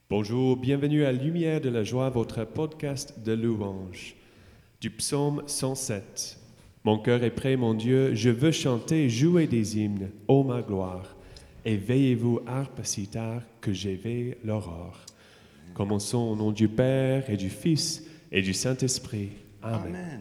Bonjour, bienvenue à Lumière de la Joie, votre podcast de louange. Du psaume 107. Mon cœur est prêt, mon Dieu, je veux chanter et jouer des hymnes, ô ma gloire. Éveillez-vous, harpe, sitar, que j'éveille l'aurore. Commençons au nom du Père et du Fils et du Saint-Esprit. Amen. Amen.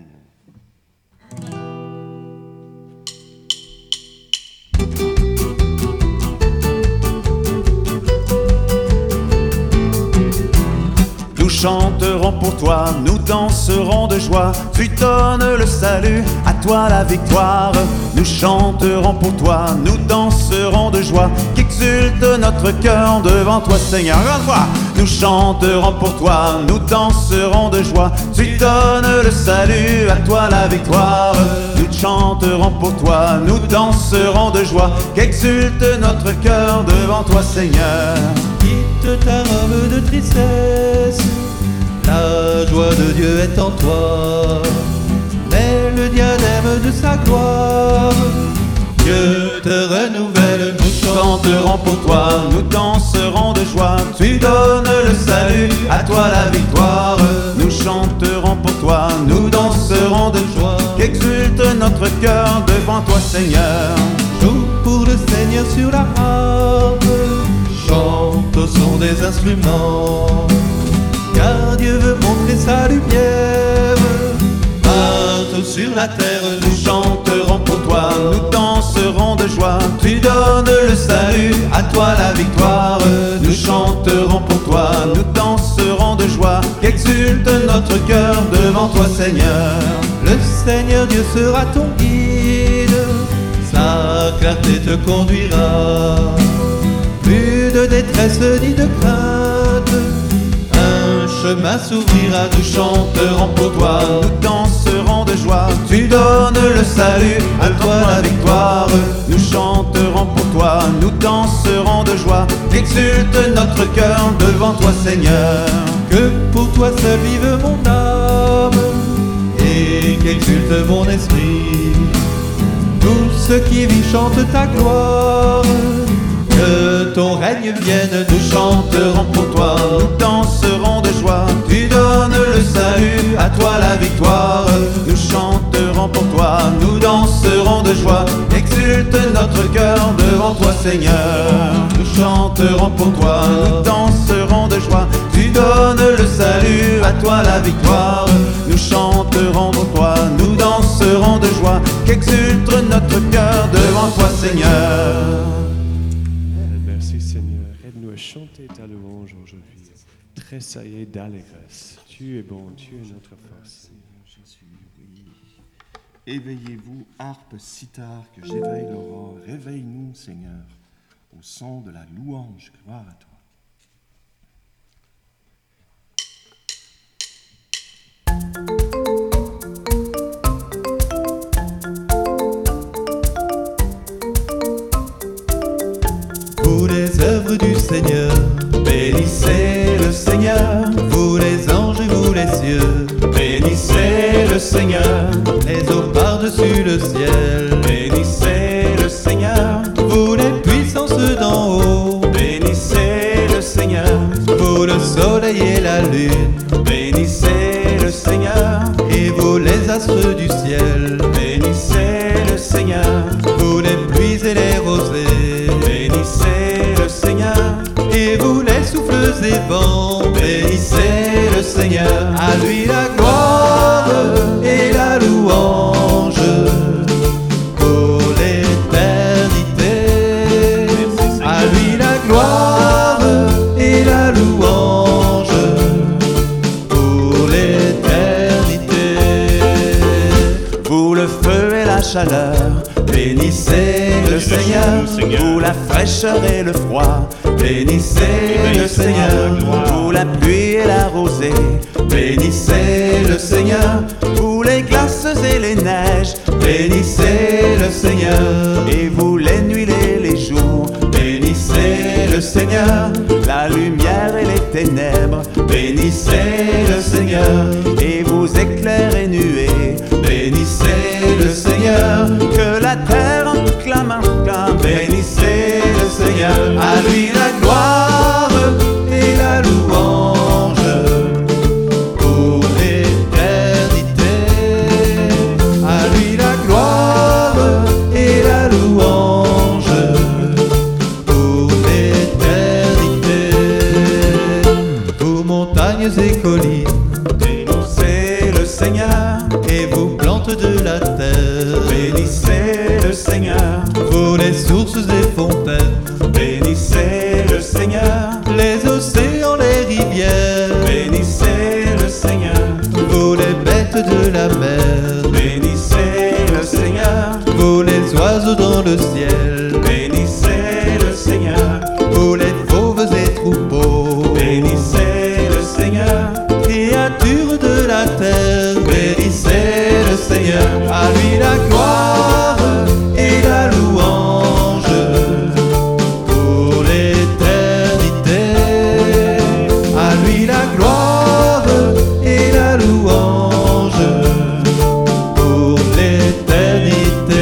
Nous chanterons pour toi, nous danserons de joie. Tu donnes le salut, à toi la victoire. Nous chanterons pour toi, nous danserons de joie. Qu'exulte notre cœur devant toi, Seigneur. Encore une fois. Nous chanterons pour toi, nous danserons de joie. Tu donnes le salut, à toi la victoire. Nous chanterons pour toi, nous danserons de joie. Qu'exulte notre cœur devant toi, Seigneur. Quitte ta robe de tristesse, la joie de Dieu est en toi. Mets le diadème de sa gloire, Dieu te renouvelle. Nous chanterons pour toi, nous danserons de joie. Tu donnes le salut, à toi la victoire. Nous chanterons pour toi, nous danserons de joie. Qu'exulte notre cœur devant toi, Seigneur. Joue pour le Seigneur sur la harpe, chante au son des instruments, car Dieu veut montrer sa lumière partout sur la terre. Nous chanterons pour toi, nous danserons de joie. Tu donnes le salut, à toi la victoire. Nous chanterons pour toi, nous danserons de joie. Qu'exulte notre cœur devant toi, Seigneur. Le Seigneur Dieu sera ton guide, sa clarté te conduira. Plus de détresse ni de crainte, un chemin s'ouvrira. Nous chanterons pour toi, nous danserons de joie. Tu donnes le salut, à toi la victoire. Nous chanterons pour toi, nous danserons de joie. Exulte notre cœur devant toi, Seigneur. Que pour toi seul vive mon âme, et qu'exulte mon esprit. Tout ce qui vit chante ta gloire, que ton règne vienne. Nous chanterons pour toi, nous danserons de joie. Tu donnes le salut, à toi la victoire. Nous chanterons pour toi, nous danserons de joie. Exulte notre cœur devant toi, Seigneur. Nous chanterons pour toi, nous danserons de joie. Tu donnes le salut, à toi la victoire. Nous chanterons pour toi, nous danserons de joie. Qu'exulte notre cœur devant toi, Seigneur. Merci Seigneur, aide-nous à chanter ta louange aujourd'hui. Tressaillez d'allégresse. Tu es bon, tu es notre force. Jésus, oui. Éveillez-vous, harpe, sitar, que j'éveille l'aurore. Réveille-nous, Seigneur, au son de la louange. Gloire à toi. Vous les œuvres du Seigneur, Bénissez le Seigneur, vous les anges et vous les cieux, bénissez le Seigneur, les eaux par-dessus le ciel, bénissez le Seigneur, vous les puissances d'en haut, bénissez le Seigneur, vous le soleil et la lune, bénissez le Seigneur, et vous les astres du ciel, bénissez le Seigneur, vous les pluies et les rosées, bénissez le Seigneur, et vous les souffles et vents, bénissez le Seigneur, à lui la gloire et la louange pour l'éternité. À lui la gloire et la louange pour l'éternité. vous le feu et la chaleur, bénissez le Seigneur, vous la fraîcheur et le froid, bénissez le Seigneur, vous la pluie et la rosée, bénissez le Seigneur, vous les glaces et les neiges, bénissez le Seigneur, et vous les nuits et les jours, bénissez le Seigneur, la lumière et les ténèbres, bénissez le Seigneur, et vous éclairs et nuées, bénissez le Seigneur, que la terre acclame, bénissez le Seigneur, à lui la gloire et la louange. montagnes et collines. Bénissez le Seigneur, Et vous plantes de la terre. bénissez le Seigneur, Vous les sources et fontaines. bénissez le Seigneur, Les océans, les rivières. bénissez le Seigneur, Vous les bêtes de la mer. bénissez le Seigneur, Vous les oiseaux dans le ciel. bénissez le Seigneur, Vous les fauves et troupeaux. bénissez le Seigneur, Créatures de la terre. bénissez le Seigneur, À lui la gloire et la louange pour l'éternité. À lui la gloire et la louange pour l'éternité.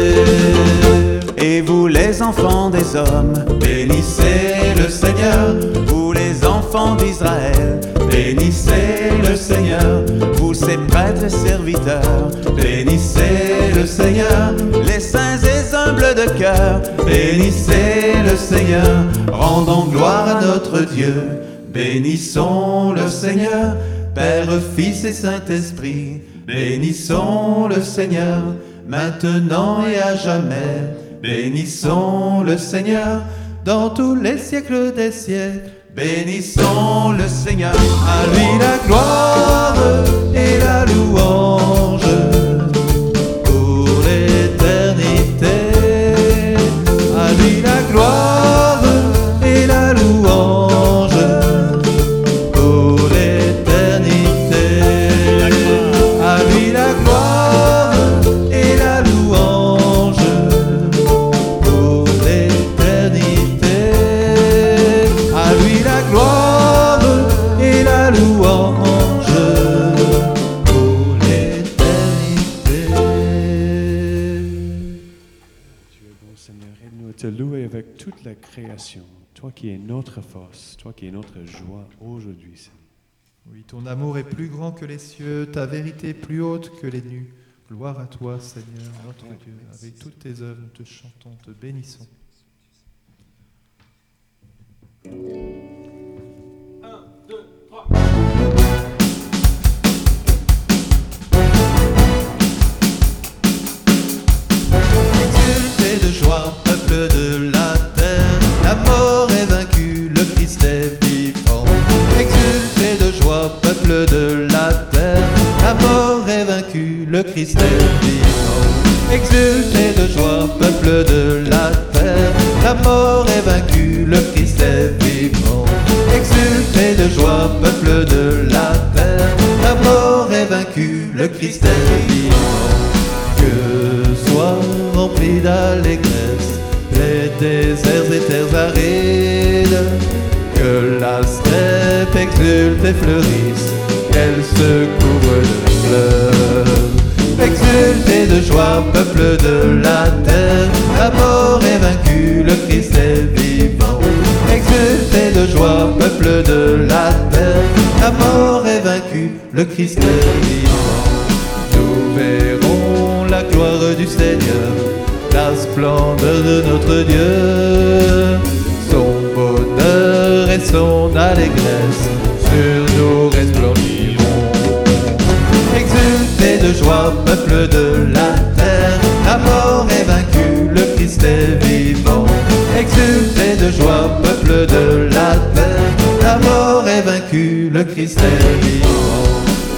et vous les enfants des hommes, bénissez le Seigneur, vous les enfants d'Israël, bénissez le Seigneur, vous ses prêtres et serviteurs, bénissez le Seigneur, les saints et humbles de cœur, bénissez le Seigneur, rendons gloire à notre Dieu, bénissons le Seigneur, Père, Fils et Saint-Esprit, bénissons le Seigneur, maintenant et à jamais, bénissons le Seigneur, Dans tous les siècles des siècles. bénissons le Seigneur, À lui la gloire et la louange pour l'éternité. À lui la gloire et la louange pour l'éternité. À lui la gloire et la louange pour l'éternité. À lui la gloire et la louange pour l'éternité. Tu es bon, Seigneur. Aide-nous à te louer avec toute la création. Toi qui es notre force, toi qui es notre joie aujourd'hui, Seigneur. Oui, ton amour est plus grand que les cieux, ta vérité plus haute que les nues. Gloire à toi, Seigneur, notre Dieu. Avec toutes tes œuvres, nous te chantons, te bénissons. Exultez de joie, peuple de la terre, la mort est vaincue, le Christ est vivant. Exultez de joie, peuple de la terre, la mort est vaincue, le Christ est vivant. Exultez de joie, peuple de la terre, la mort est vaincue, le Christ est vivant. Exultez de joie, peuple de la terre, la mort est vaincue, le Christ est vivant. Que soient remplis d'allégresse les déserts et terres arides, que la steppe exulte et fleurisse, qu'elle se couvre de fleurs. Exultez de joie, peuple de la terre, la mort est vaincue, le Christ est vivant. Exultez de joie, peuple de la terre, la mort est vaincue, le Christ est vivant. Nous verrons la gloire du Seigneur, la splendeur de notre Dieu, son bonheur et son allégresse sur nous resplendiront. Exultez de joie, peuple de la terre, la mort est vaincue, le Christ est vivant. Exultez de joie, peuple de la terre, la mort est vaincue, le Christ est vivant.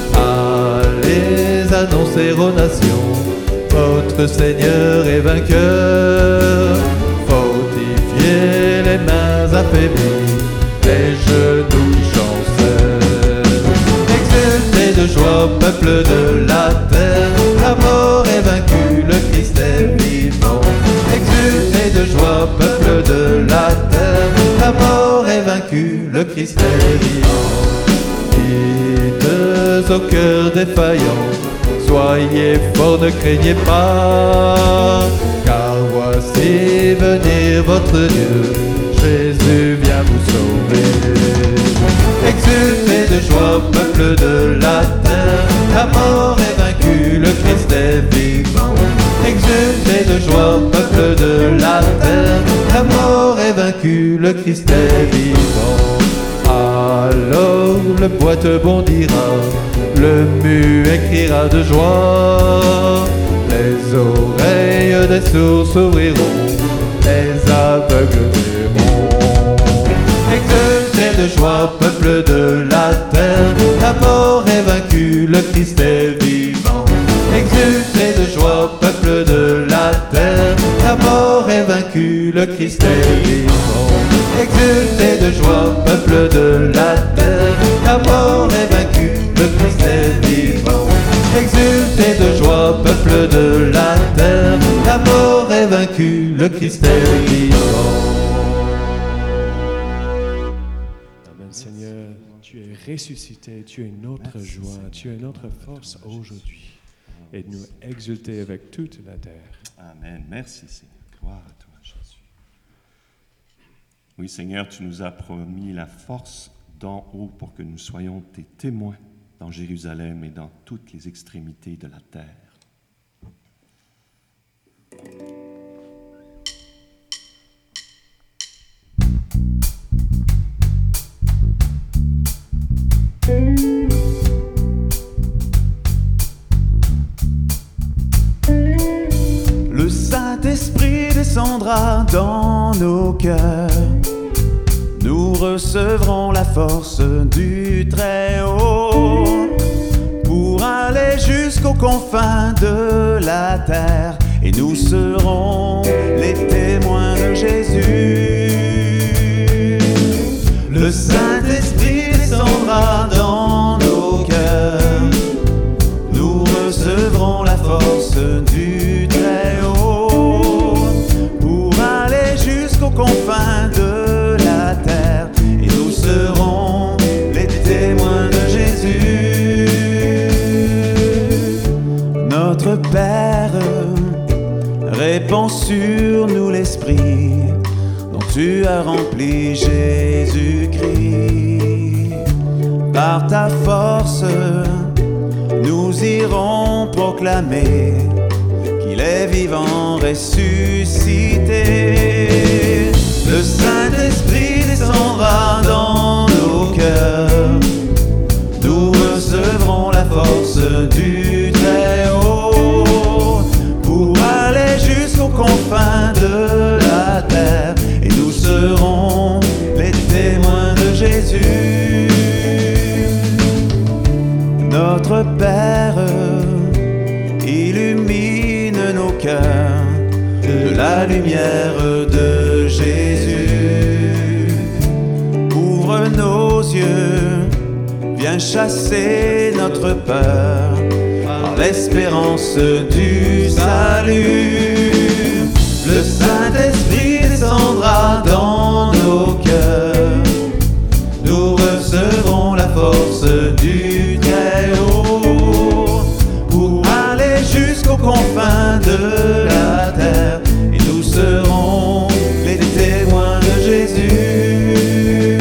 Allez annoncer aux nations, votre Seigneur est vainqueur. Fortifiez les mains affaiblies, les genoux qui chancellent. Exultez de joie, peuple de la terre, la mort est vaincue, le Christ est vivant. Exultez de joie, peuple de la terre, la mort est vaincue, le Christ est vivant. Dites au cœur défaillant, soyez forts, ne craignez pas, car voici venir votre Dieu, Jésus vient vous sauver. Exultez de joie, peuple de la terre, la mort est vaincue, le Christ est vivant. Exultez de joie, peuple de la terre, la mort est vaincue, le Christ est vivant. Alors le poète bondira, le muet criera de joie. Les oreilles des sourds s'ouvriront, les aveugles verront. Exultez de joie, peuple de la terre, la mort est vaincue, le Christ est vivant. Exultez de joie, peuple de la terre, la mort est vaincue, le Christ est vivant. Exultez de joie, peuple de la terre, la mort est vaincue, le Christ est vivant. Exultez de joie, peuple de la terre, la mort est vaincue, le Christ est vivant. Amen, Seigneur, tu es ressuscité, tu es notre joie, tu es notre force aujourd'hui. Et nous exulter avec toute la terre. Amen. Merci, Seigneur. Gloire à toi, Jésus. Oui, Seigneur, tu nous as promis la force d'en haut pour que nous soyons tes témoins dans Jérusalem et dans toutes les extrémités de la terre. Le Saint-Esprit descendra dans nos cœurs. Nous recevrons la force du Très-Haut pour aller jusqu'aux confins de la terre. Et nous serons les témoins de Jésus. Le Saint-Esprit descendra dans nos cœurs. Nous recevrons la force du Très-Haut pour aller jusqu'aux confins de la terre. Et nous serons les témoins de Jésus. Notre Père, répands sur nous l'Esprit dont tu as rempli Jésus-Christ. Par ta force, nous irons proclamer qu'il est vivant, ressuscité. Le Saint-Esprit descendra dans nos cœurs. Nous recevrons la force du Très-Haut pour aller jusqu'aux confins de la terre. Et nous serons les témoins de Jésus. Notre Père, illumine nos cœurs de la lumière de Jésus. Ouvre nos yeux, viens chasser notre peur par l'espérance du salut. Le Saint-Esprit descendra dans nos cœurs. Nous recevrons la force du Très-Haut pour aller jusqu'aux confins de la terre. Et nous serons les témoins de Jésus.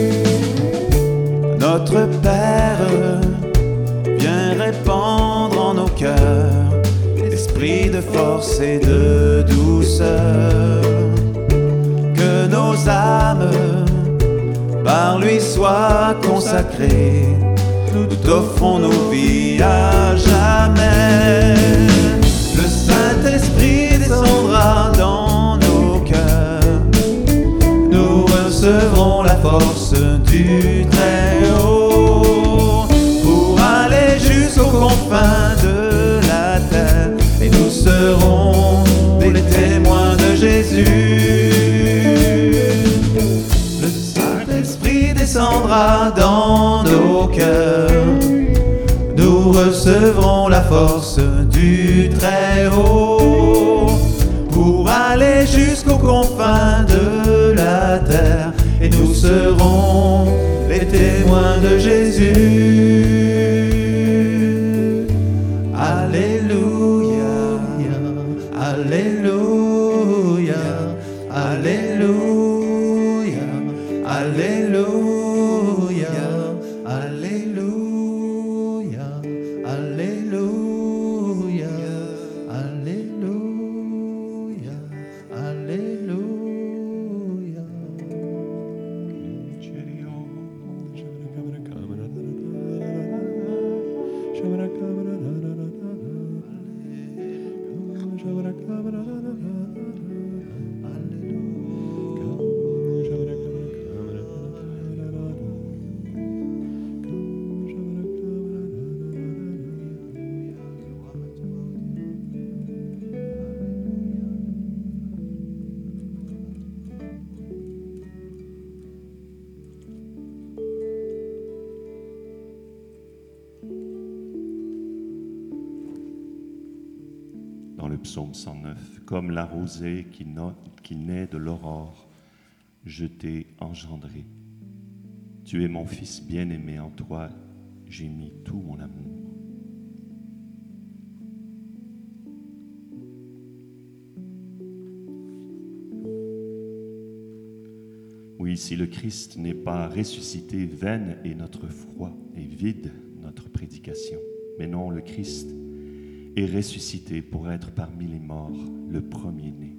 Notre Père, viens répandre en nos cœurs l'esprit de force et de douceur. Que nos âmes par lui soient consacrées. Nous t'offrons nos vies à jamais. Le Saint-Esprit descendra dans nos cœurs. Nous recevrons la force du Très-Haut pour aller jusqu'aux confins de la terre. Et nous serons les témoins de Jésus. Le Saint-Esprit descendra dans nos cœurs. Nous recevrons la force du Très-Haut pour aller jusqu'aux confins de la terre. Et nous serons les témoins de Jésus. Alléluia, Alléluia, Alléluia, Alléluia, Alléluia, Alléluia, Alléluia, Alléluia. psaume 109. Comme la rosée qui naît de l'aurore, je t'ai engendré. Tu es mon fils bien-aimé, en toi j'ai mis tout mon amour. Oui, si le Christ n'est pas ressuscité, vaine est notre foi et vide notre prédication. Mais non, le Christ est ressuscité pour être parmi les morts, le premier-né.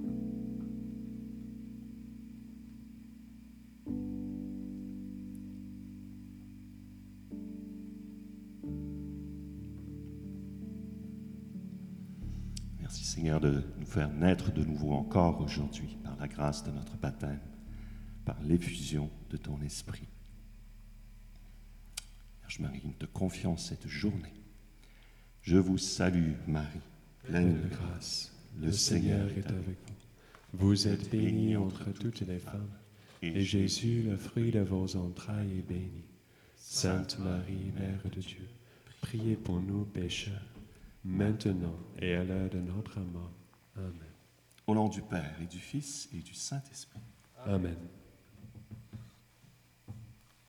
Merci Seigneur de nous faire naître de nouveau encore aujourd'hui par la grâce de notre baptême, par l'effusion de ton esprit. Vierge Marie, nous te confions cette journée. Je vous salue, Marie, pleine de grâce. Le Seigneur est avec vous. Vous êtes bénie entre toutes les femmes, et Jésus, le fruit de vos entrailles, est béni. Sainte Marie, Mère de Dieu, priez pour nous pécheurs, maintenant et à l'heure de notre mort. Amen. Au nom du Père et du Fils et du Saint-Esprit. Amen.